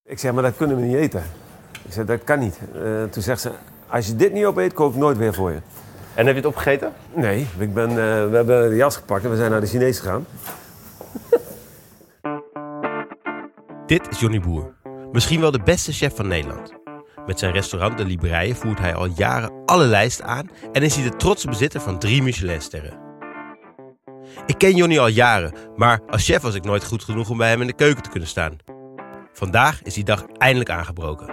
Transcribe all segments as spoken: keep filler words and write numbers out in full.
Ik zeg, maar dat kunnen we niet eten. Ik zeg, dat kan niet. Uh, toen zegt ze, als je dit niet opeet, kook ik nooit weer voor je. En heb je het opgegeten? Nee, ik ben, uh, we hebben de jas gepakt en we zijn naar de Chinees gegaan. Dit is Johnny Boer. Misschien wel de beste chef van Nederland. Met zijn restaurant De Librije voert hij al jaren alle lijsten aan en is hij de trotse bezitter van drie Michelinsterren. Ik ken Johnny al jaren, maar als chef was ik nooit goed genoeg om bij hem in de keuken te kunnen staan. Vandaag is die dag eindelijk aangebroken.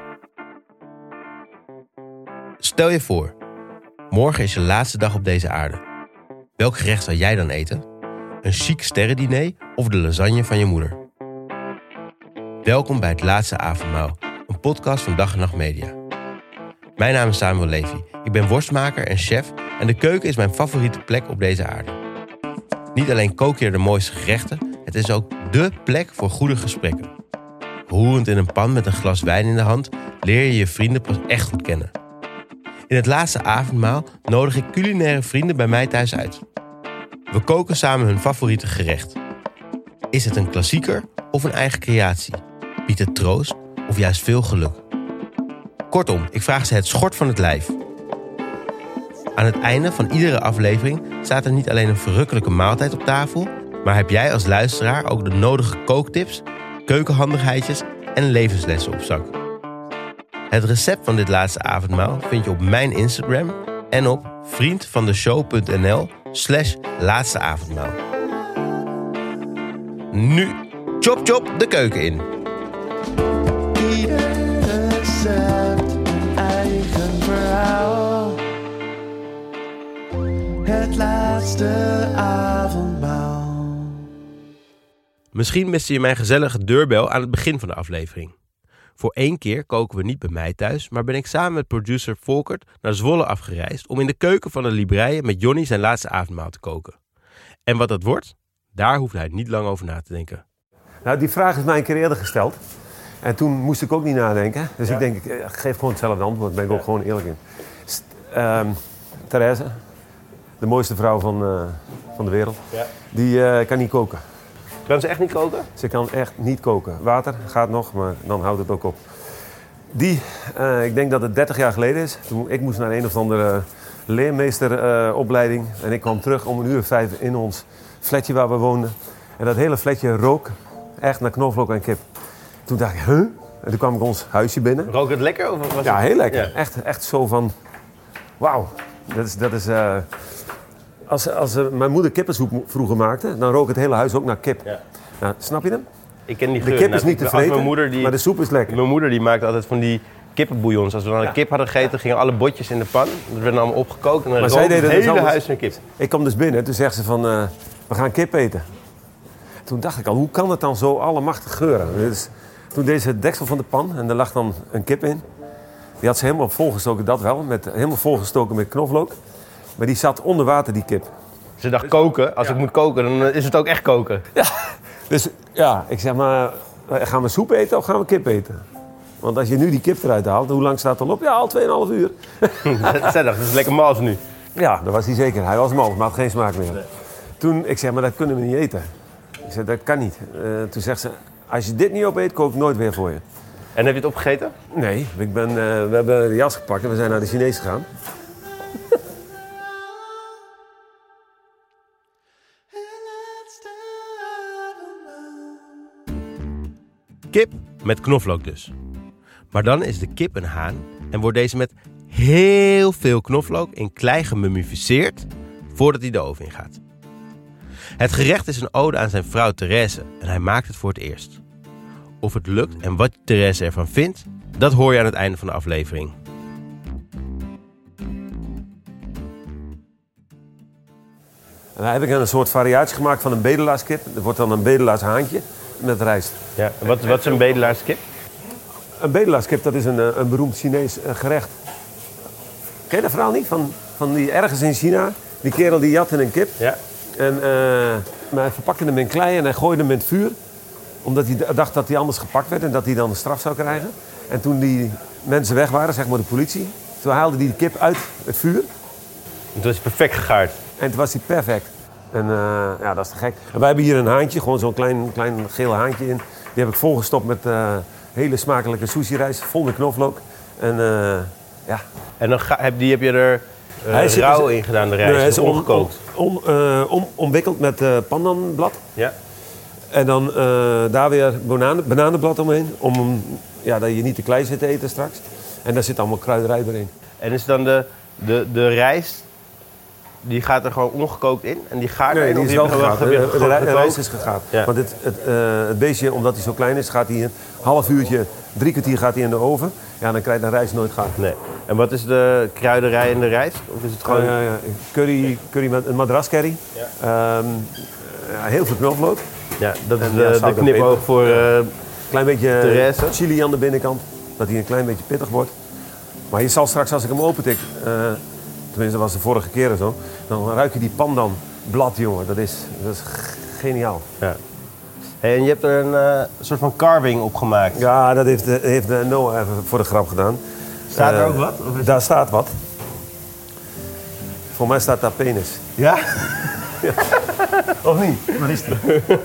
Stel je voor, morgen is je laatste dag op deze aarde. Welk gerecht zou jij dan eten? Een chic sterrendiner of de lasagne van je moeder? Welkom bij Het Laatste Avondmaal, een podcast van Dag en Nacht Media. Mijn naam is Samuel Levy, ik ben worstmaker en chef en de keuken is mijn favoriete plek op deze aarde. Niet alleen kook je er de mooiste gerechten, het is ook dé plek voor goede gesprekken. Roerend in een pan met een glas wijn in de hand leer je je vrienden pas echt goed kennen. In Het Laatste Avondmaal nodig ik culinaire vrienden bij mij thuis uit. We koken samen hun favoriete gerecht. Is het een klassieker of een eigen creatie? Biedt het troost of juist veel geluk? Kortom, ik vraag ze het schort van het lijf. Aan het einde van iedere aflevering staat er niet alleen een verrukkelijke maaltijd op tafel, maar heb jij als luisteraar ook de nodige kooktips, keukenhandigheidjes en levenslessen op zak. Het recept van dit laatste avondmaal vind je op mijn Instagram en op vriendvandeshow.nl slash laatste avondmaal. Nu, chop chop de keuken in. Ieder recept een eigen verhaal. Het laatste avondmaal. Misschien miste je mijn gezellige deurbel aan het begin van de aflevering. Voor één keer koken we niet bij mij thuis, maar ben ik samen met producer Volkert naar Zwolle afgereisd om in de keuken van De Librije met Johnny zijn laatste avondmaal te koken. En wat dat wordt, daar hoeft hij niet lang over na te denken. Nou, die vraag is mij een keer eerder gesteld. En toen moest ik ook niet nadenken. Dus ja. ik denk, ik geef gewoon hetzelfde antwoord. Daar ben ik ook gewoon eerlijk in. Um, Therese, de mooiste vrouw van, uh, van de wereld, ja. die uh, kan niet koken. Kan ze echt niet koken? Ze kan echt niet koken. Water gaat nog, maar dan houdt het ook op. Die, uh, ik denk dat het dertig jaar geleden is. Toen ik moest naar een of andere leermeesteropleiding. Uh, en ik kwam terug om een uur of vijf in ons flatje waar we woonden. En dat hele flatje rook echt naar knoflook en kip. Toen dacht ik, huh? En toen kwam ik ons huisje binnen. Rook het lekker? Of was ja, het... heel lekker. Ja. Echt, echt zo van, wauw. Dat is... Dat is uh, Als, als uh, mijn moeder kippensoep vroeger maakte, dan rook het hele huis ook naar kip. Ja. Nou, snap je hem? Ik ken die de geur. kip is niet te vreten, mijn moeder die, maar de soep is lekker. Mijn moeder die maakte altijd van die kippenbouillons. Als we dan een ja. kip hadden gegeten, gingen alle botjes in de pan. Dat werden allemaal opgekookt en dan rook het hele dus huis naar kip. Ik kom dus binnen, toen zegt ze van, uh, we gaan kip eten. Toen dacht ik al, hoe kan het dan zo allemachtig geuren? Dus, toen deed ze het deksel van de pan en er lag dan een kip in. Die had ze helemaal volgestoken, dat wel, met, helemaal volgestoken met knoflook. Maar die zat onder water, die kip. Ze dacht koken, als ja. ik moet koken, dan is het ook echt koken. Ja, dus ja, ik zeg maar, gaan we soep eten of gaan we kip eten? Want als je nu die kip eruit haalt, hoe lang staat het al op? Ja, al tweeënhalf uur. Zij dacht, dat is lekker mals nu. Ja, dat was hij zeker. Hij was mals, maar had geen smaak meer. Nee. Toen, ik zeg, maar dat kunnen we niet eten. Ik zeg, dat kan niet. Uh, toen zegt ze, als je dit niet opeet, kook ik nooit weer voor je. En heb je het opgegeten? Nee, ik ben, uh, we hebben de jas gepakt en we zijn naar de Chinees gegaan. Kip met knoflook dus. Maar dan is de kip een haan en wordt deze met heel veel knoflook in klei gemummificeerd voordat hij de oven ingaat. Het gerecht is een ode aan zijn vrouw Therese en hij maakt het voor het eerst. Of het lukt en wat Therese ervan vindt, dat hoor je aan het einde van de aflevering. En dan heb ik een soort variatie gemaakt van een bedelaarskip. Er wordt dan een bedelaarshaantje met rijst. Ja, wat, wat is een bedelaarskip? Een bedelaarskip, dat is een, een beroemd Chinees gerecht. Ken je dat verhaal niet? Van, van die ergens in China, die kerel die jatte een kip. Ja. En, uh, maar hij verpakte hem in klei en hij gooide hem in het vuur. Omdat hij dacht dat hij anders gepakt werd en dat hij dan een straf zou krijgen. En toen die mensen weg waren, zeg maar de politie, toen haalde hij de kip uit het vuur. En toen was hij perfect gegaard. En toen was hij perfect. En uh, ja, dat is te gek. En wij hebben hier een haantje, gewoon zo'n klein, klein geel haantje in. Die heb ik volgestopt met uh, hele smakelijke sushi-rijst, vol met knoflook. En uh, ja. En dan ga, heb, die heb je er uh, hij is, rauw in gedaan, de rijst? Nee, hij is omgekookt? Om, om, uh, om, omwikkeld met uh, pandanblad. Ja. En dan uh, daar weer bananen, bananenblad omheen. Om ja, dat je niet te klei zit te eten straks. En daar zit allemaal kruiderij doorheen. En is dan de, de, de rijst, die gaat er gewoon ongekookt in? En die gaart nee, erin? die is wel gegaard. De, de, de, de rijst is gegaard. Ja. Want het, het, uh, het beestje, omdat hij zo klein is, gaat hij een half uurtje, drie kwartier gaat hij in de oven. Ja, dan krijg je de rijst nooit gaar. Nee. En wat is de kruiderij in de rijst? Of is het gewoon... Uh, ja, ja. Curry, curry met een madras curry. Ja. Um, ja, heel veel knoflook. Ja, dat is en, de, ja, de knipoog voor uh, klein beetje Therese. Chili aan de binnenkant. Dat hij een klein beetje pittig wordt. Maar je zal straks, als ik hem opentik, uh, tenminste dat was de vorige keer zo, dan ruik je die pandanblad, jongen. Dat is, dat is geniaal. Ja. Hey, en je hebt er een uh, soort van carving op gemaakt. Ja, dat heeft, heeft Noah even voor de grap gedaan. Staat er uh, ook wat? Of is daar staat wat. Voor mij staat daar penis. Ja? Ja. Of niet? Waar is die?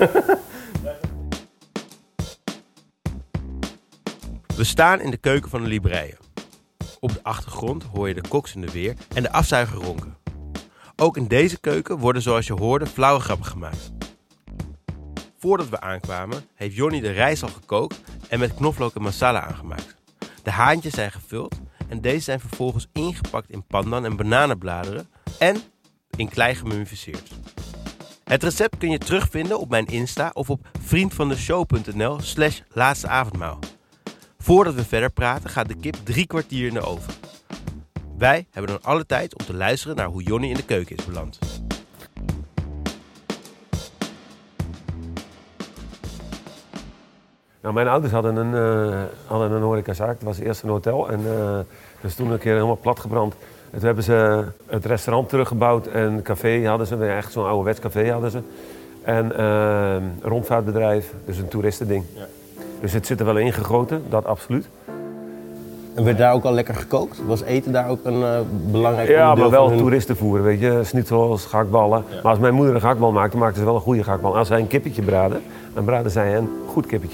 We staan in de keuken van de Libreien. Op de achtergrond hoor je de koks in de weer en de afzuiger ronken. Ook in deze keuken worden, zoals je hoorde, flauwe grappen gemaakt. Voordat we aankwamen, heeft Jonny de rijst al gekookt en met knoflook en masala aangemaakt. De haantjes zijn gevuld en deze zijn vervolgens ingepakt in pandan en bananenbladeren en in klei gemummificeerd. Het recept kun je terugvinden op mijn Insta of op vriendvandeshow.nl slash laatste avondmaal. Voordat we verder praten gaat de kip drie kwartier in de oven. Wij hebben dan alle tijd om te luisteren naar hoe Jonny in de keuken is beland. Nou, mijn ouders hadden een, uh, hadden een horecazaak. Het was eerst een hotel en uh, dus toen een keer helemaal platgebrand. En toen hebben ze het restaurant teruggebouwd en een café hadden ze. Echt zo'n ouderwets café hadden ze. En uh, een rondvaartbedrijf, dus een toeristending. Ja. Dus het zit er wel ingegoten, dat absoluut. En werd daar ook al lekker gekookt? Was eten daar ook een uh, belangrijk ja, onderdeel maar wel van hun... toeristenvoer, weet je. Schnitzels, gehaktballen. Ja. Maar als mijn moeder een gehaktbal maakte, maakte ze wel een goede gehaktbal. Als zij een kippetje braden, dan braden zij een goed kippetje.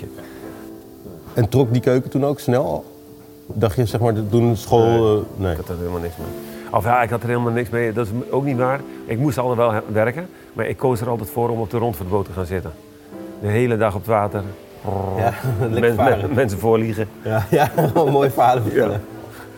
En trok die keuken toen ook snel al? Dacht je, zeg maar, toen school... Nee, uh, nee. ik had er helemaal niks mee. Of ja, ik had er helemaal niks mee. Dat is ook niet waar. Ik moest altijd wel werken, maar ik koos er altijd voor om op de rondvaartboot te gaan zitten. De hele dag op het water. Ja, Men, men, mensen voorliegen. Ja, ja, een mooi verhaal vertellen. Ja.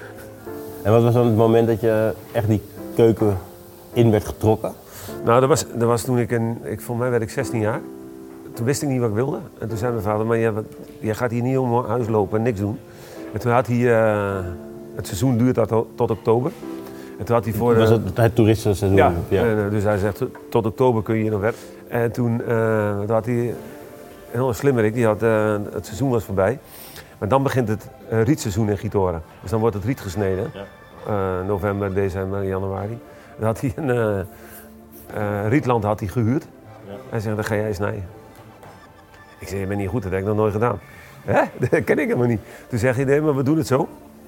En wat was dan het moment dat je echt die keuken in werd getrokken? Nou, dat was, dat was toen ik, een, ik, volgens mij werd ik zestien jaar. Toen wist ik niet wat ik wilde. En toen zei mijn vader, maar je, je gaat hier niet om huis lopen en niks doen. En toen had hij, uh, het seizoen duurt dat tot, tot oktober. En toen had hij voor... Was het het toeristenseizoen? Ja, ja. En, uh, dus hij zegt, tot oktober kun je hier nog werken. En toen, uh, toen had hij... Een heel slimmerik, die had, uh, het seizoen was voorbij. Maar dan begint het uh, rietseizoen in Giethoorn. Dus dan wordt het riet gesneden. Ja. Uh, november, december, januari. Dan had hij een uh, uh, rietland had hij gehuurd. Ja. Hij zegt, dan ga jij snijden. Ik zeg, je bent niet goed, dat heb ik nog nooit gedaan. Hè? Dat ken ik helemaal niet. Toen zeg hij, nee, maar we doen het zo.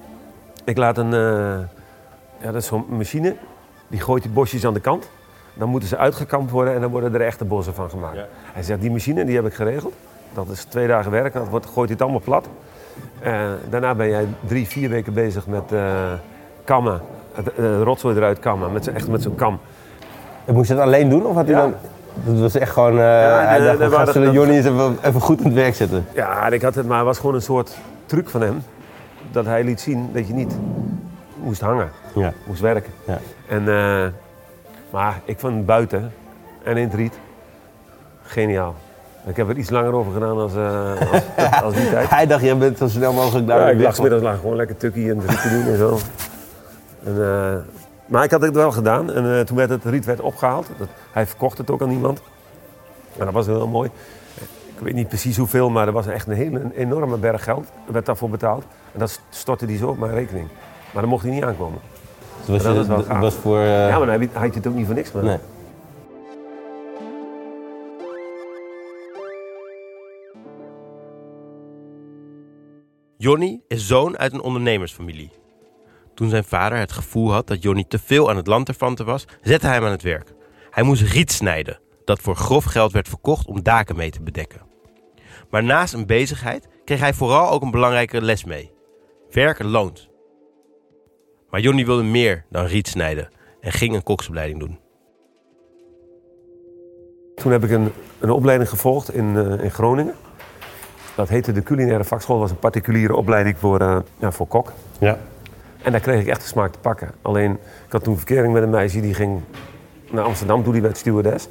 Ik laat een, uh, ja, dat is zo'n machine, die gooit die bosjes aan de kant. Dan moeten ze uitgekampt worden en dan worden er echte bossen van gemaakt. Ja. Hij zegt, die machine die heb ik geregeld. Dat is twee dagen werken, dan wordt, gooit hij het allemaal plat. Uh, daarna ben jij drie, vier weken bezig met uh, kammen. Het uh, rotzooi eruit kammen, met zo, echt met zo'n kam. En moest je dat alleen doen of had hij ja. dan... Dat was echt gewoon... Uh, ja, hij de, dacht, we zullen Jonny eens even, even goed in het werk zetten. Ja, ik had het, maar het was gewoon een soort truc van hem. Dat hij liet zien dat je niet moest hangen, ja. moest werken. Ja. En... Uh, Maar ik vond het buiten en in het riet geniaal. Ik heb er iets langer over gedaan als, uh, als, als die tijd. Hij dacht, je bent zo snel mogelijk daar. Ja, ik lag 's middags lag gewoon lekker tukkie in het riet te doen en zo. En, uh, maar ik had het wel gedaan en uh, toen werd het riet werd opgehaald. Dat, hij verkocht het ook aan iemand. En dat was heel mooi. Ik weet niet precies hoeveel, maar er was echt een hele een enorme berg geld. Er werd daarvoor betaald. En dat stortte hij zo op mijn rekening. Maar dan mocht hij niet aankomen. Dus was, je, dat was voor... Uh... Ja, maar dan had je het ook niet voor niks. Maar... Nee. Jonny is zoon uit een ondernemersfamilie. Toen zijn vader het gevoel had dat Jonny te veel aan het lanterfanten was, zette hij hem aan het werk. Hij moest riet snijden, dat voor grof geld werd verkocht om daken mee te bedekken. Maar naast een bezigheid kreeg hij vooral ook een belangrijke les mee. Werken loont. Maar Johnny wilde meer dan riet snijden en ging een koksopleiding doen. Toen heb ik een, een opleiding gevolgd in, uh, in Groningen. Dat heette de culinaire vakschool. Dat was een particuliere opleiding voor, uh, ja, voor kok. Ja. En daar kreeg ik echt de smaak te pakken. Alleen, ik had toen verkering met een meisje die ging naar Amsterdam toe, die werd stewardess.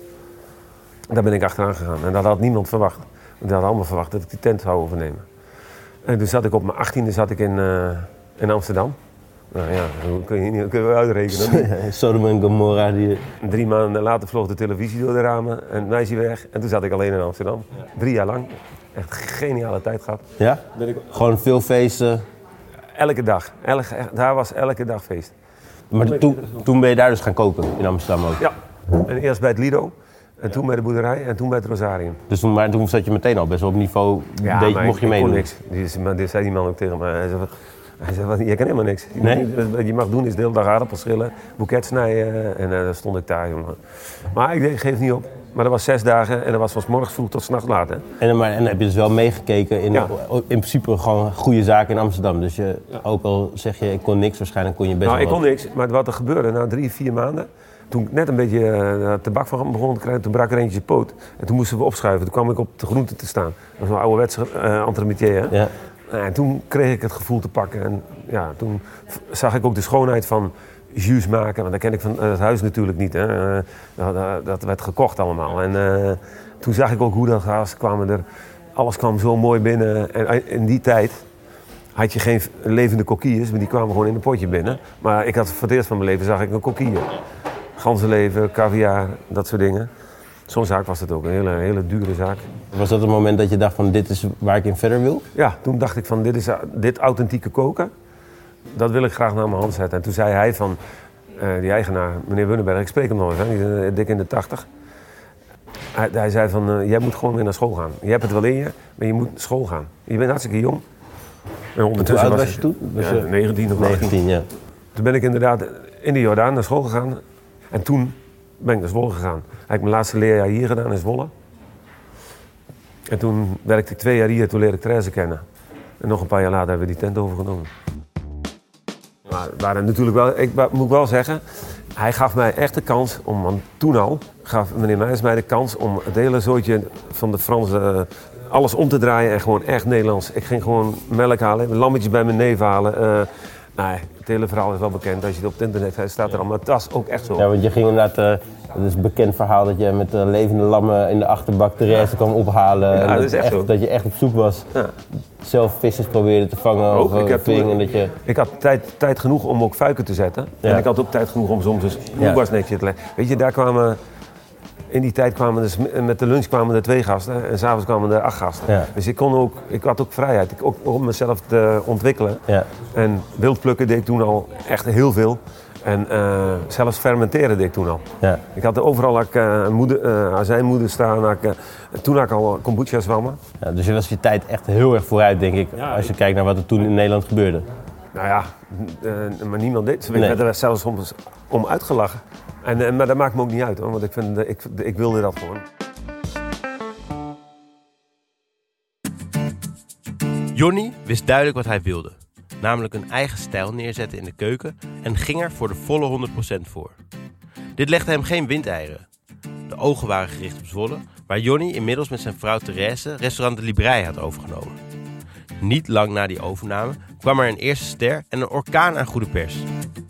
En daar ben ik achteraan gegaan. En dat had niemand verwacht. Want die hadden allemaal verwacht dat ik die tent zou overnemen. En toen zat ik op mijn achttiende zat ik in, uh, in Amsterdam. Nou ja, hoe kun je, niet, kun je uitrekenen. Sodom en Gomorra. Die... Drie maanden later vloog de televisie door de ramen en het meisje weg. En toen zat ik alleen in Amsterdam. Ja. Drie jaar lang. Echt geniale tijd gehad. Ja? Ben ik... Gewoon veel feesten? Elke dag. Elke, daar was elke dag feest. Maar toen, toen ben je daar dus gaan koken in Amsterdam ook? Ja. En eerst bij het Lido. En toen bij de boerderij en toen bij het Rosarium. Dus toen, maar toen zat je meteen al best wel op niveau, ja, deed, mocht je meedoen? Ja, maar ik kon niks. Dit zei die man ook tegen mij. Hij zei, hij zei je kan helemaal niks. Nee? Wat je mag doen is de hele dag aardappels schillen, boeket snijden en uh, dan stond ik daar, jongen. Maar ik denk, geef niet op. Maar dat was zes dagen en dat was van 's morgens vroeg tot 's nachts laat. Hè. En, maar, en dan heb je dus wel meegekeken in, ja. in principe gewoon goede zaken in Amsterdam. Dus je, ja. ook al zeg je, ik kon niks, waarschijnlijk kon je best nou, wel ik kon wat. niks, maar wat er gebeurde na drie, vier maanden... Toen ik net een beetje uh, tabak van begon te krijgen, toen brak er eentje poot. En toen moesten we opschuiven. Toen kwam ik op de groente te staan. Dat was een ouderwetse uh, entremetier, hè? Ja. En toen kreeg ik het gevoel te pakken. En ja, toen zag ik ook de schoonheid van jus maken. Want dat ken ik van uh, het huis natuurlijk niet. Hè. Uh, dat, uh, dat werd gekocht allemaal. En uh, toen zag ik ook hoe dat was. Kwamen er, alles kwam zo mooi binnen. En in die tijd had je geen levende kokkiers, maar die kwamen gewoon in een potje binnen. Maar ik had voor het eerst van mijn leven zag ik een kokkier. Ganzenlever, caviar, dat soort dingen. Zo'n zaak was het ook, een hele, hele dure zaak. Was dat het moment dat je dacht van dit is waar ik in verder wil? Ja, toen dacht ik van dit is dit authentieke koken. Dat wil ik graag naar mijn hand zetten. En toen zei hij van, uh, die eigenaar, meneer Wunneberg, ik spreek hem nog eens, hè, die is dik in de tachtig. Hij, hij zei van, uh, jij moet gewoon weer naar school gaan. Je hebt het wel in je, maar je moet naar school gaan. Je bent hartstikke jong. En ondertussen Hoe oud was, was je toen? Was ja, je... negentien of negentien, ja. Toen ben ik inderdaad in de Jordaan naar school gegaan. En toen ben ik naar Zwolle gegaan. Ik heb mijn laatste leerjaar hier gedaan in Zwolle. En toen werkte ik twee jaar hier, toen leerde ik Therese kennen. En nog een paar jaar later hebben we die tent overgenomen. Maar waren natuurlijk wel, ik moet wel zeggen, hij gaf mij echt de kans om, want toen al gaf meneer Meijers mij de kans om het hele zootje van de Franse, uh, alles om te draaien en gewoon echt Nederlands. Ik ging gewoon melk halen, lammetjes bij mijn neef halen. Uh, Nee, het hele verhaal is wel bekend. Als je het op het internet staat er al, maar het was ook echt zo. Ja, want je ging inderdaad, uh, het is een bekend verhaal dat je met uh, levende lammen in de achterbak de rest kwam ophalen. Ja, en dat, dat, is echt echt, zo. dat je echt op zoek was. Ja. Zelf vissers probeerde te vangen ook, of ik, heb ving, toen, en dat je... ik had tijd, tijd genoeg om ook fuiken te zetten. Ja. En ik had ook tijd genoeg om soms een snoeibasnetje te leggen. Weet je, daar kwamen... In die tijd kwamen dus met de lunch kwamen er twee gasten en s'avonds kwamen er acht gasten. Ja. Dus ik kon ook, ik had ook vrijheid, ik ook om mezelf te ontwikkelen. Ja. En wildplukken deed ik toen al echt heel veel. En uh, zelfs fermenteren deed ik toen al. Ja. Ik had overal had ik, uh, moeder, uh, azijnmoeder staan, had ik, uh, toen had ik al kombucha zwammen. Ja, dus je was je tijd echt heel erg vooruit, denk ik, ja, als je kijkt naar wat er toen in Nederland gebeurde. Nou ja, uh, maar niemand deed. Ze werden er zelfs om, om uitgelachen. En, en, maar dat maakt me ook niet uit, hoor, want ik, vind, ik, ik wilde dat gewoon. Johnny wist duidelijk wat hij wilde. Namelijk een eigen stijl neerzetten in de keuken en ging er voor de volle honderd procent voor. Dit legde hem geen windeieren. De ogen waren gericht op Zwolle, waar Johnny inmiddels met zijn vrouw Therese restaurant De Librei had overgenomen. Niet lang na die overname kwam er een eerste ster en een orkaan aan goede pers.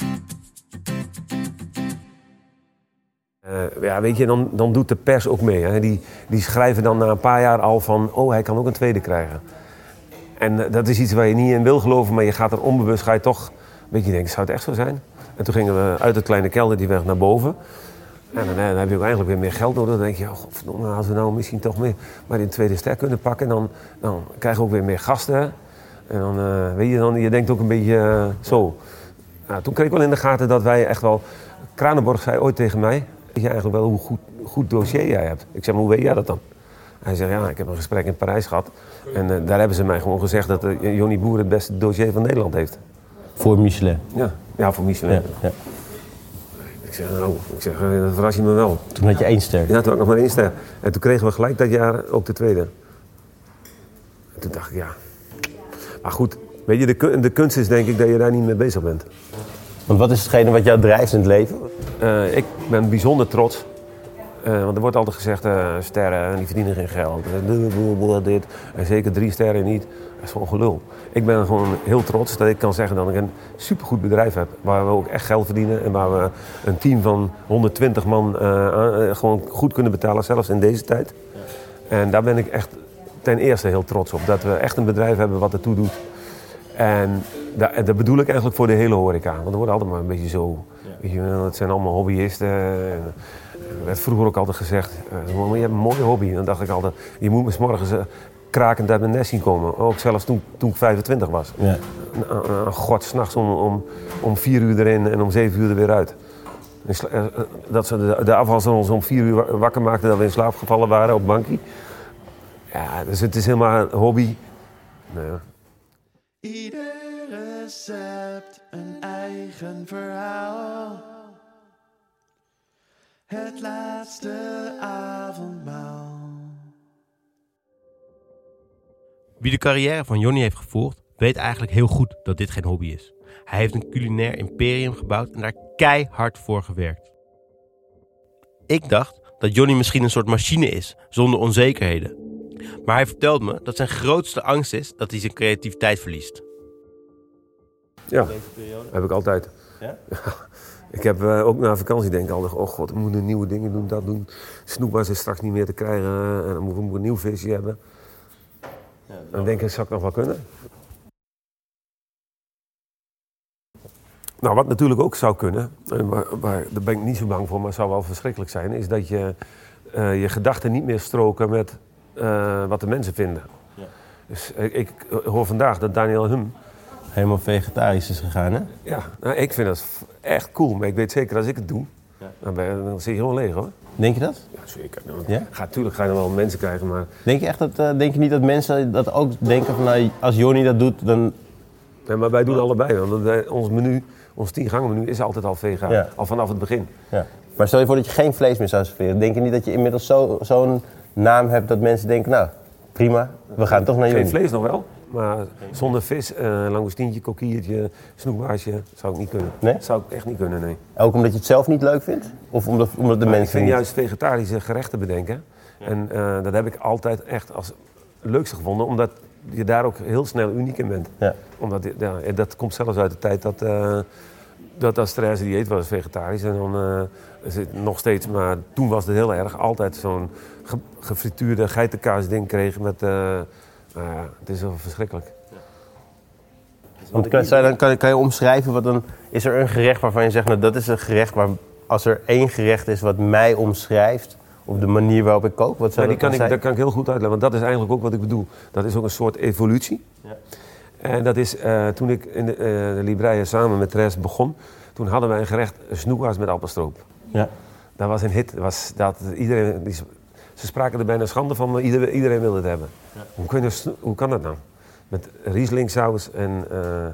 Uh, ja, weet je, dan, dan doet de pers ook mee. Hè. Die, die schrijven dan na een paar jaar al van, oh, hij kan ook een tweede krijgen. En uh, dat is iets waar je niet in wil geloven, maar je gaat er onbewust, ga je toch een beetje denken, zou het echt zo zijn? En toen gingen we uit het kleine kelder die weg naar boven. En dan, dan heb je ook eigenlijk weer meer geld nodig. Dan denk je, oh, godverdomme, als we nou misschien toch meer maar die tweede ster kunnen pakken, dan, dan krijgen we ook weer meer gasten. Hè. En dan, uh, weet je, dan, je denkt ook een beetje uh, zo. Nou, toen kreeg ik wel in de gaten dat wij echt wel... Kranenborg zei ooit tegen mij, weet je eigenlijk wel hoe goed, goed dossier jij hebt? Ik zeg, maar hoe weet jij dat dan? Hij zegt, ja, ik heb een gesprek in Parijs gehad. En uh, daar hebben ze mij gewoon gezegd dat uh, Johnny Boer het beste dossier van Nederland heeft. Voor Michelin? Ja, ja voor Michelin. Ja, ja. Ik zeg, nou, ik zeg, uh, dat verras je me wel. Toen had je één ster? Ja, toen had ik nog maar één ster. En toen kregen we gelijk dat jaar ook de tweede. En toen dacht ik, ja... Maar goed, weet je, de, kun- de kunst is denk ik dat je daar niet mee bezig bent. Want wat is hetgene wat jou drijft in het leven? Uh, ik ben bijzonder trots. Uh, want er wordt altijd gezegd, uh, sterren, die verdienen geen geld. Uh, dit. En zeker drie sterren niet. Dat is gewoon gelul. Ik ben gewoon heel trots dat ik kan zeggen dat ik een supergoed bedrijf heb. Waar we ook echt geld verdienen. En waar we een team van honderdtwintig man uh, uh, gewoon goed kunnen betalen. Zelfs in deze tijd. Ja. En daar ben ik echt ten eerste heel trots op. Dat we echt een bedrijf hebben wat ertoe doet. En dat, dat bedoel ik eigenlijk voor de hele horeca. Want er wordt altijd maar een beetje zo... Ja. Weet je, het zijn allemaal hobbyisten. En, er werd vroeger ook altijd gezegd, uh, je hebt een mooie hobby. Dan dacht ik altijd, je moet me 's morgens uh, krakend uit mijn nest zien komen. Ook zelfs toen, toen ik vijfentwintig was. Ja. Uh, uh, God, 's nachts om, om, om vier uur erin en om zeven uur er weer uit. Dus, uh, dat ze de, de afwassen ons om vier uur wakker maakten dat we in slaap gevallen waren op bankie. Ja, dus het is helemaal een hobby. Nou ja. Ieder recept een eigen verhaal. Het laatste avondmaal. Wie de carrière van Jonny heeft gevolgd, weet eigenlijk heel goed dat dit geen hobby is. Hij heeft een culinair imperium gebouwd en daar keihard voor gewerkt. Ik dacht dat Jonny misschien een soort machine is, zonder onzekerheden. Maar hij vertelt me dat zijn grootste angst is dat hij zijn creativiteit verliest. Ja, heb ik altijd. Ja? Ik heb uh, ook na vakantie denk ik altijd, oh god, we moeten nieuwe dingen doen, dat doen. Snoepbars is straks niet meer te krijgen en dan moeten we een nieuw visje hebben. Ja, dan denk ik, zou ik nog wel kunnen. Nou, wat natuurlijk ook zou kunnen, en waar, waar, daar ben ik niet zo bang voor, maar zou wel verschrikkelijk zijn, is dat je uh, je gedachten niet meer stroken met uh, wat de mensen vinden. Ja. Dus ik, ik hoor vandaag dat Daniel Hum helemaal vegetarisch is gegaan, hè? Ja, nou, ik vind dat echt cool, maar ik weet zeker als ik het doe, ja. dan, ben je, dan zit je gewoon leeg, hoor. Denk je dat? Ja, zeker. Nou, ja? Ga, tuurlijk ga je dan wel mensen krijgen, maar... Denk je echt dat, uh, denk je niet dat mensen dat ook denken van, nou, als Jonny dat doet, dan... Ja, maar wij doen allebei, want wij, ons menu, ons tien gangen menu is altijd al vegan, ja. al vanaf het begin. Ja. Maar stel je voor dat je geen vlees meer zou serveren, denk je niet dat je inmiddels zo, zo'n naam hebt dat mensen denken, nou, prima, we gaan toch naar Jonny? Geen vlees nog wel. Maar zonder vis, uh, langostientje, kokiertje, snoekbaasje, zou ik niet kunnen. Nee? Zou ik echt niet kunnen, nee. Ook omdat je het zelf niet leuk vindt? Of omdat, omdat de maar mensen ik vind niet... juist vegetarische gerechten bedenken. Ja. En uh, dat heb ik altijd echt als leukste gevonden, omdat je daar ook heel snel uniek in bent. Ja. Omdat, ja, dat komt zelfs uit de tijd dat, uh, dat Asterese dieet was vegetarisch. En dan uh, is het nog steeds, maar toen was het heel erg. Altijd zo'n ge- gefrituurde geitenkaas ding kregen met... Uh, Nou ja, het is wel verschrikkelijk. Ja. Want kan, dan, kan, kan je omschrijven, wat dan, is er een gerecht waarvan je zegt, nou, dat is een gerecht waar, als er één gerecht is wat mij omschrijft, op de manier waarop ik kook, wat zou ja, dat die kan ik, zijn? dat kan ik heel goed uitleggen, want dat is eigenlijk ook wat ik bedoel. Dat is ook een soort evolutie. Ja. En dat is, uh, toen ik in de, uh, de Libreia samen met Therese begon, toen hadden wij een gerecht, een snoekhaas met appelstroop. Ja. Dat was een hit. Dat was, dat, iedereen, die, ze spraken er bijna schande van, maar iedereen, iedereen wilde het hebben. Ja. Hoe, kun je, hoe kan dat nou? Met Rieslingsaus en,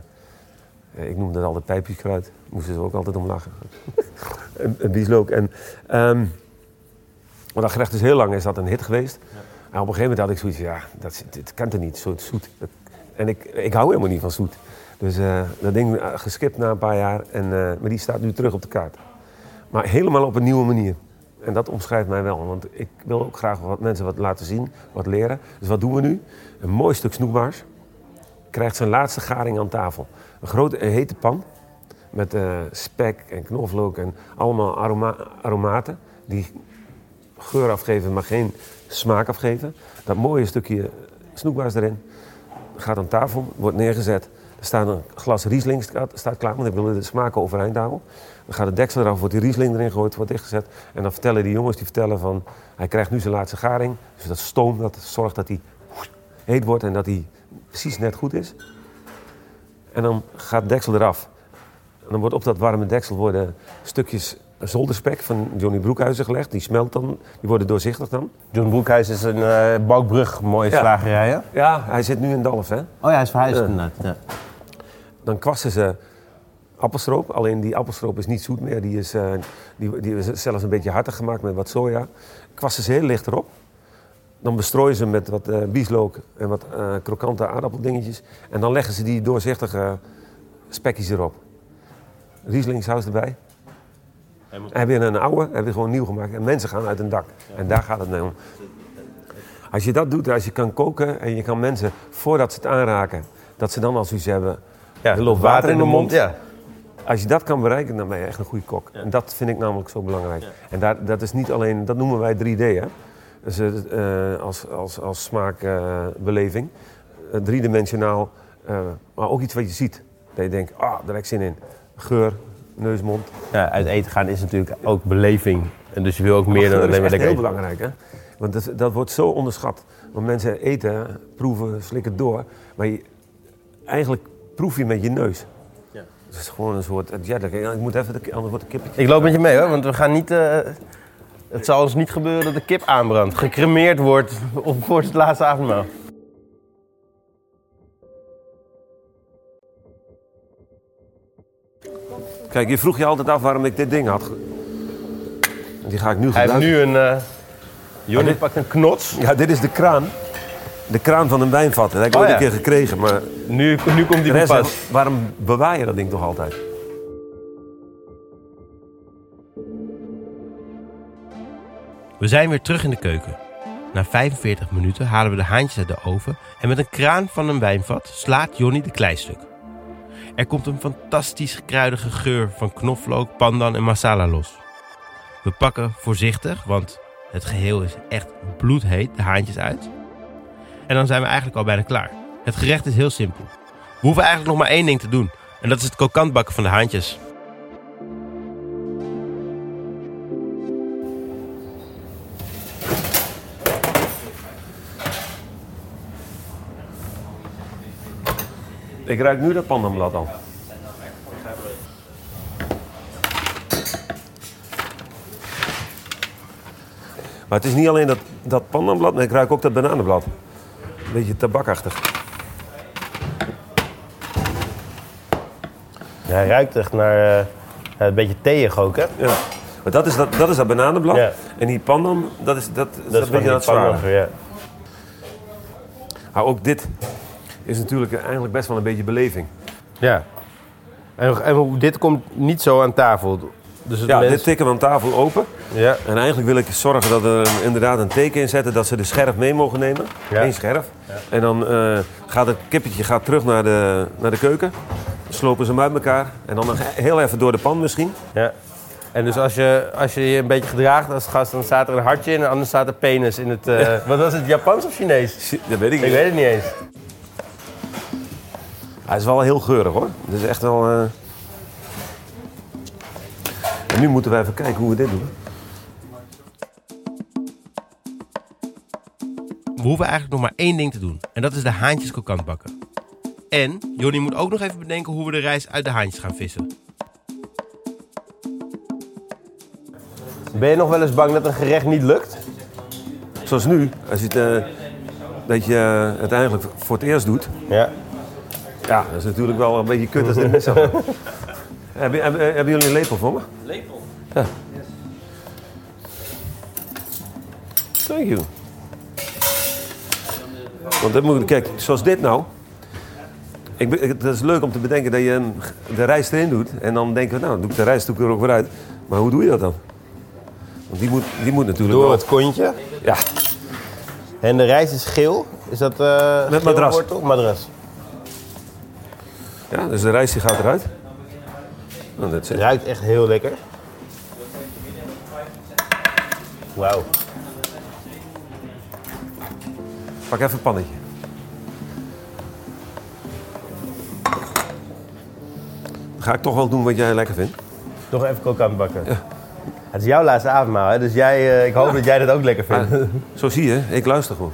uh, ik noemde dat altijd pijpjeskruid. Moesten ze ook altijd om lachen. en, en bieslook. En, um, maar dat gerecht is heel lang is dat een hit geweest. Ja. En op een gegeven moment had ik zoiets van, ja, dat, dit kan er niet, zo zoet. En ik, ik hou helemaal niet van zoet. Dus uh, dat ding geskipt na een paar jaar, en, uh, maar die staat nu terug op de kaart. Maar helemaal op een nieuwe manier. En dat omschrijft mij wel, want ik wil ook graag wat mensen wat laten zien, wat leren. Dus wat doen we nu? Een mooi stuk snoekbaars krijgt zijn laatste garing aan tafel. Een grote een hete pan met uh, spek en knoflook en allemaal aroma- aromaten die geur afgeven, maar geen smaak afgeven. Dat mooie stukje snoekbaars erin gaat aan tafel, wordt neergezet. Er staat een glas Riesling staat klaar, want ik wil de smaken overeind houden. Dan gaat de deksel eraf, wordt die Riesling erin gegooid, wordt dichtgezet. En dan vertellen die jongens, die vertellen van, hij krijgt nu zijn laatste garing. Dus dat stoom, dat zorgt dat hij heet wordt en dat hij precies net goed is. En dan gaat de deksel eraf. En dan wordt op dat warme deksel worden stukjes zolderspek van Johnny Broekhuizen gelegd. Die smelt dan, die worden doorzichtig dan. John Broekhuizen is een uh, Balkbrug, mooie ja. slagerij, hè? Ja, hij zit nu in Dalf, hè? Oh ja, hij is verhuisd uh. inderdaad. Ja. Dan kwassen ze appelstroop, alleen die appelstroop is niet zoet meer. Die is, uh, die, die is zelfs een beetje hartig gemaakt met wat soja. Kwassen ze heel licht erop. dan bestrooien ze met wat uh, bieslook en wat uh, krokante aardappeldingetjes. En dan leggen ze die doorzichtige spekjes erop. Rieslingssaus erbij. En heb je een oude, heb je gewoon nieuw gemaakt. En mensen gaan uit een dak. Ja. En daar gaat het mee om. Als je dat doet, als je kan koken en je kan mensen, voordat ze het aanraken, dat ze dan al zoiets hebben, ja, er loopt water in de mond. Ja. Als je dat kan bereiken, dan ben je echt een goede kok. Ja. En dat vind ik namelijk zo belangrijk. Ja. En daar, dat is niet alleen, dat noemen wij drie D, hè. Dus uh, als, als, als smaakbeleving. Uh, driedimensionaal, uh, maar ook iets wat je ziet. Dat je denkt, ah, daar heb ik zin in. Geur, neus, mond. Ja, uit eten gaan is natuurlijk ook beleving. En dus je wil ook meer dan alleen maar lekker eten. Dat is heel belangrijk, hè. Want dat, dat wordt zo onderschat. Want mensen eten, proeven, slikken door. Maar je, eigenlijk proef je met je neus. Ja. Het is gewoon een soort... Ja, ik moet even... De, anders wordt de kippetje... Ik loop met je mee, hoor. Want we gaan niet... Uh, het zal ons niet gebeuren dat de kip aanbrandt. Gecremeerd wordt op, voor het laatste avondmaal. Kijk, je vroeg je altijd af waarom ik dit ding had. Die ga ik nu gebruiken. Hij heeft nu een... Uh, Jonny pakt een knots. Ja, dit is de kraan. De kraan van een wijnvat. Dat heb ik ooit oh, ja. een keer gekregen, maar... Nu, nu komt die van pas. Waarom bewaar je dat ding toch altijd? We zijn weer terug in de keuken. Na vijfenveertig minuten halen we de haantjes uit de oven en met een kraan van een wijnvat slaat Jonny de kleistuk. Er komt een fantastisch kruidige geur van knoflook, pandan en masala los. We pakken voorzichtig, want het geheel is echt bloedheet, de haantjes uit. En dan zijn we eigenlijk al bijna klaar. Het gerecht is heel simpel. We hoeven eigenlijk nog maar één ding te doen. En dat is het krokant bakken van de haantjes. Ik ruik nu dat pandanblad al. Maar het is niet alleen dat, dat pandanblad, maar ik ruik ook dat bananenblad. Een beetje tabakachtig. Ja, hij ruikt echt naar uh, een beetje theeig ook, hè? Ja. Maar dat is dat, dat, is dat bananenblad. Ja. En die pandan, dat is dat, dat, dat is een beetje dat zware. Ja. Maar ook dit is natuurlijk eigenlijk best wel een beetje beleving. Ja. En, en dit komt niet zo aan tafel. Dus het ja, mens... dit tikken we aan tafel open. Ja. En eigenlijk wil ik zorgen dat er een, inderdaad een teken in zetten dat ze de scherf mee mogen nemen. Ja. Eén scherf. Ja. En dan uh, gaat het kippetje gaat terug naar de, naar de keuken. Dan slopen ze hem uit elkaar. En dan nog heel even door de pan misschien. Ja. En dus als je, als je je een beetje gedraagt als gast, dan staat er een hartje in en anders staat er penis in het... Uh, ja. Wat was het, Japans of Chinees? Dat weet ik niet. Ik weet het niet eens. Hij is wel heel geurig, hoor. Het is echt wel... Uh... En nu moeten we even kijken hoe we dit doen. We hoeven eigenlijk nog maar één ding te doen. En dat is de haantjes krokant bakken. En Jonny moet ook nog even bedenken hoe we de rijst uit de haantjes gaan vissen. Ben je nog wel eens bang dat een gerecht niet lukt? Zoals nu, als je het, uh, dat je uh, het eigenlijk voor het eerst doet. Ja. Ja, dat is natuurlijk wel een beetje kut als dit mis zou gaan. Hebben, hebben, hebben jullie een lepel voor me? Lepel? Ja. Thank you. Want dat moet, kijk, zoals dit nou. Ik, het is leuk om te bedenken dat je de rijst erin doet. En dan denken we, nou, dan doe ik de rijst doe ik er ook weer uit. Maar hoe doe je dat dan? Want die moet, die moet natuurlijk door wel... het kontje? Ja. En de rijst is geel? Is dat uh, met madras. Wortel? Madras. Ja, dus de rijst die gaat eruit. Nou, het ruikt echt heel lekker. Wauw. Pak even een pannetje. Dan ga ik toch wel doen wat jij lekker vindt. Toch even krokant bakken. Ja. Het is jouw laatste avondmaal, hè? Dus jij, uh, ik hoop ja. dat jij dat ook lekker vindt. Ah, zo zie je, ik luister gewoon.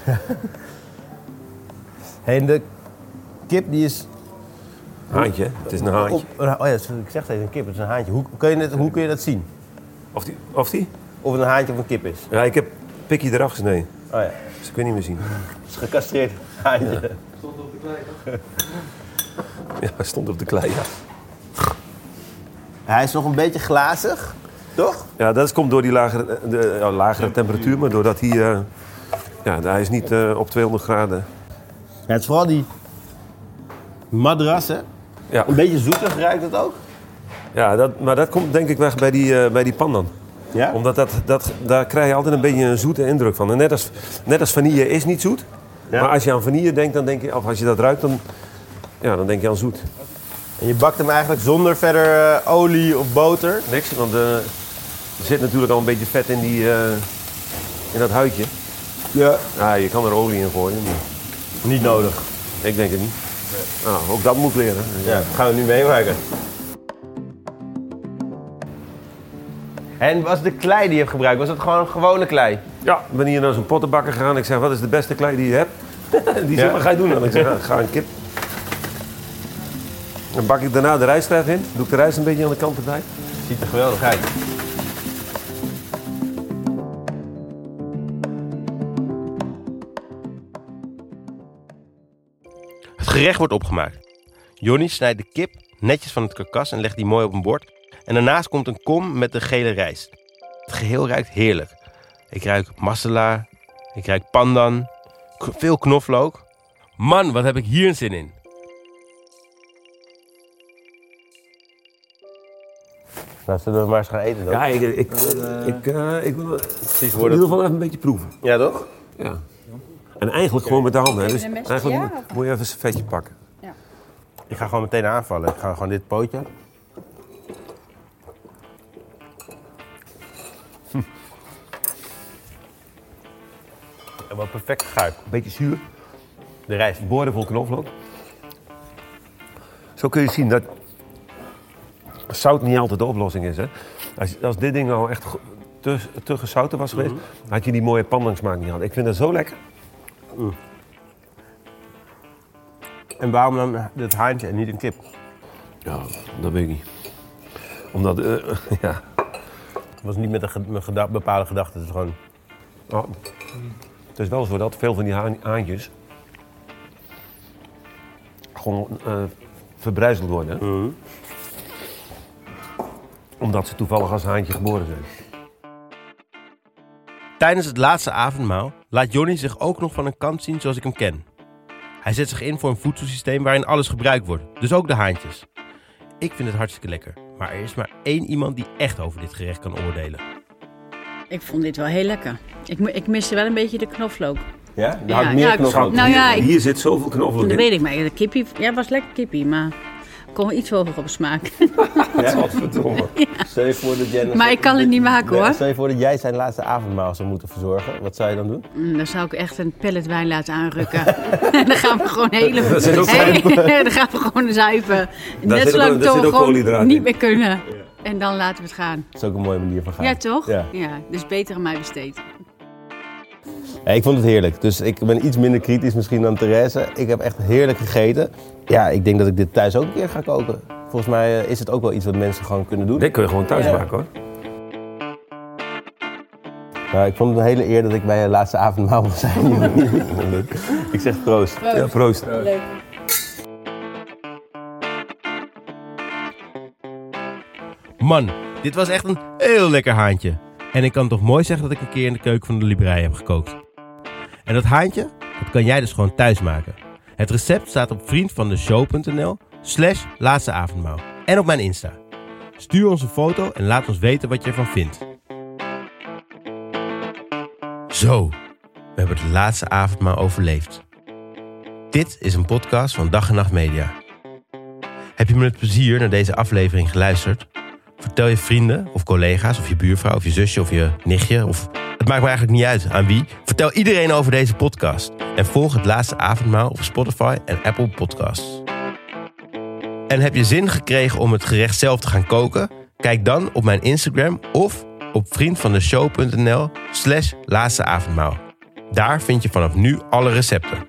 Hey, en de kip die is... Haantje, het is een haantje. Op, oh ja, ik zeg steeds een kip, het is een haantje. Hoe kun je, het, hoe kun je dat zien? Of die, of die? Of het een haantje of een kip is? Ja, ik heb pikje eraf gesneden. Oh ja. Dus ik weet niet meer zien. Het is gecastreerd haantje. Ja. Stond op de klei. Ja, hij stond op de klei, ja. Hij is nog een beetje glazig, toch? Ja, dat komt door die lagere, de, ja, lagere temperatuur, maar doordat hij uh, Ja, hij is niet uh, op tweehonderd graden. Ja, het is vooral die madras, hè? Ja. Een beetje zoetig ruikt het ook. Ja, dat, maar dat komt denk ik weg bij die, uh, bij die pandan. Ja? Omdat dat, dat, daar krijg je altijd een beetje een zoete indruk van. En net als, net als vanille is niet zoet. Ja. Maar als je aan vanille denkt, dan denk je, of als je dat ruikt, dan, ja, dan denk je aan zoet. En je bakt hem eigenlijk zonder verder uh, olie of boter? Niks, want uh, er zit natuurlijk al een beetje vet in, die, uh, in dat huidje. Ja. Ja, je kan er olie in gooien. Maar... Niet nodig. Ik denk het niet. Nee. Nou, ook dat moet leren. Ja, dat gaan we nu meemaken. En was de klei die je hebt gebruikt, was dat gewoon een gewone klei? Ja, ik ben hier naar zo'n pottenbakker gegaan. Ik zeg, wat is de beste klei die je hebt? Die zegt, ja. wat ga je doen dan? Ik zeg, ga een kip. Dan bak ik daarna de rijststijf in. Doe ik de rijst een beetje aan de kant erbij. Ziet er geweldig uit. Het gerecht wordt opgemaakt. Jonny snijdt de kip netjes van het karkas en legt die mooi op een bord. En daarnaast komt een kom met de gele rijst. Het geheel ruikt heerlijk. Ik ruik masala, ik ruik pandan, k- veel knoflook. Man, wat heb ik hier een zin in. Nou, zullen we maar eens gaan eten dan? Ja, ik, ik, ik, uh, ik wil Precies in worden. ieder geval even een beetje proeven. Ja, toch? Ja. En eigenlijk gewoon met de handen. Hè. Dus Met een mesje, eigenlijk ja, moet, of- moet je even een servetje pakken. Ik ga gewoon meteen aanvallen. Ik ga gewoon dit pootje. Hm. En wat perfect gaar. Beetje zuur. De rijst. Boordevol knoflook. Zo kun je zien dat zout niet altijd de oplossing is. Hè? Als, als dit ding nou echt go- te, te gezouten was geweest, Mm-hmm. had je die mooie pandangsmaak niet gehad. Ik vind dat zo lekker. En waarom dan het haantje en niet een kip? Ja, dat weet ik niet. Omdat, uh, ja... Het was niet met een, ge- met geda- bepaalde gedachte. Het is gewoon... Oh, het is wel zo dat veel van die haan- haantjes gewoon uh, verbrijzeld worden. Hè? Mm-hmm. Omdat ze toevallig als haantje geboren zijn. Tijdens het laatste avondmaal laat Jonny zich ook nog van een kant zien zoals ik hem ken. Hij zet zich in voor een voedselsysteem waarin alles gebruikt wordt, dus ook de haantjes. Ik vind het hartstikke lekker, maar er is maar één iemand die echt over dit gerecht kan oordelen. Ik vond dit wel heel lekker. Ik, mo- ik miste wel een beetje de knoflook. Ja? Er Ja, hangt meer ja, knoflook. Nou ja, hier, ik- hier zit zoveel knoflook Dat in. weet ik, maar de kippie... Ja, het was lekker kippie, maar... Ik kon wel iets hoger op smaak. Ja? Godverdomme. Stel je voor dat jij... Maar ik kan het niet maken, hoor. Stel je voor dat jij zijn laatste avondmaal zou moeten verzorgen. Wat zou je dan doen? Mm, Dan zou ik echt een pellet wijn laten aanrukken. En dan gaan we gewoon hele... Dat zit ook Hey, dan gaan we gewoon zuipen. Net zit ook- zolang daar we zit ook gewoon koolhydraten niet in. meer kunnen. En dan laten we het gaan. Dat is ook een mooie manier van gaan. Ja, toch? Ja. Ja, dus beter aan mij besteed. Ja, ik vond het heerlijk. Dus ik ben iets minder kritisch misschien dan Therese. Ik heb echt heerlijk gegeten. Ja, ik denk dat ik dit thuis ook een keer ga koken. Volgens mij eh, is het ook wel iets wat mensen gewoon kunnen doen. Dit kun je gewoon thuis Ja. maken hoor. Nou, ik vond het een hele eer dat ik bij je laatste avondmaal mocht zijn. Ik zeg proost. Ja, proost. Leuk. Man, dit was echt een heel lekker haantje. En ik kan toch mooi zeggen dat ik een keer in de keuken van de Librei heb gekookt. En dat haantje, dat kan jij dus gewoon thuis maken. Het recept staat op vriendvandeshow.nl slash laatste avondmaal. En op mijn Insta. Stuur ons een foto en laat ons weten wat je ervan vindt. Zo, we hebben het laatste avondmaal overleefd. Dit is een podcast van Dag en Nacht Media. Heb je met plezier naar deze aflevering geluisterd? Vertel je vrienden of collega's of je buurvrouw of je zusje of je nichtje of... Het maakt me eigenlijk niet uit aan wie. Vertel iedereen over deze podcast. En volg het laatste avondmaal op Spotify en Apple Podcasts. En heb je zin gekregen om het gerecht zelf te gaan koken? Kijk dan op mijn Instagram of op vriendvandeshow.nl slash laatste avondmaal. Daar vind je vanaf nu alle recepten.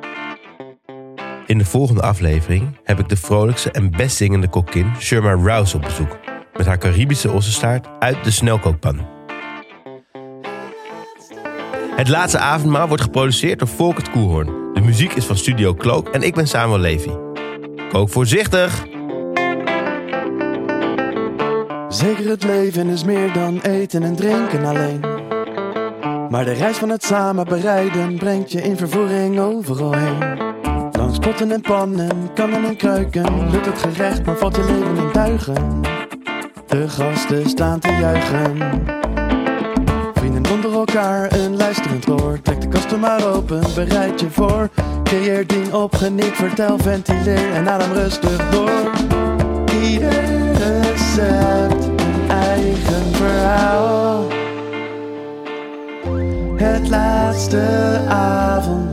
In de volgende aflevering heb ik de vrolijkste en best zingende kokkin Sherma Rouse op bezoek. Met haar Caribische ossenstaart uit de snelkookpan. Het laatste avondmaal wordt geproduceerd door Volkert Koelhoorn. De muziek is van Studio Cloak en ik ben Samuel Levy. Kook voorzichtig! Zeker, het leven is meer dan eten en drinken alleen. Maar de reis van het samen bereiden brengt je in vervoering overal heen. Langs potten en pannen, kannen en kruiken, lukt het gerecht, maar valt je leven in duigen. De gasten staan te juichen. Vrienden onder elkaar, een luisterend oor. Trek de kasten maar open, bereid je voor. Creëer ding op, geniet, vertel, ventileer en adem rustig door. Ieder recept een eigen verhaal. Het laatste avond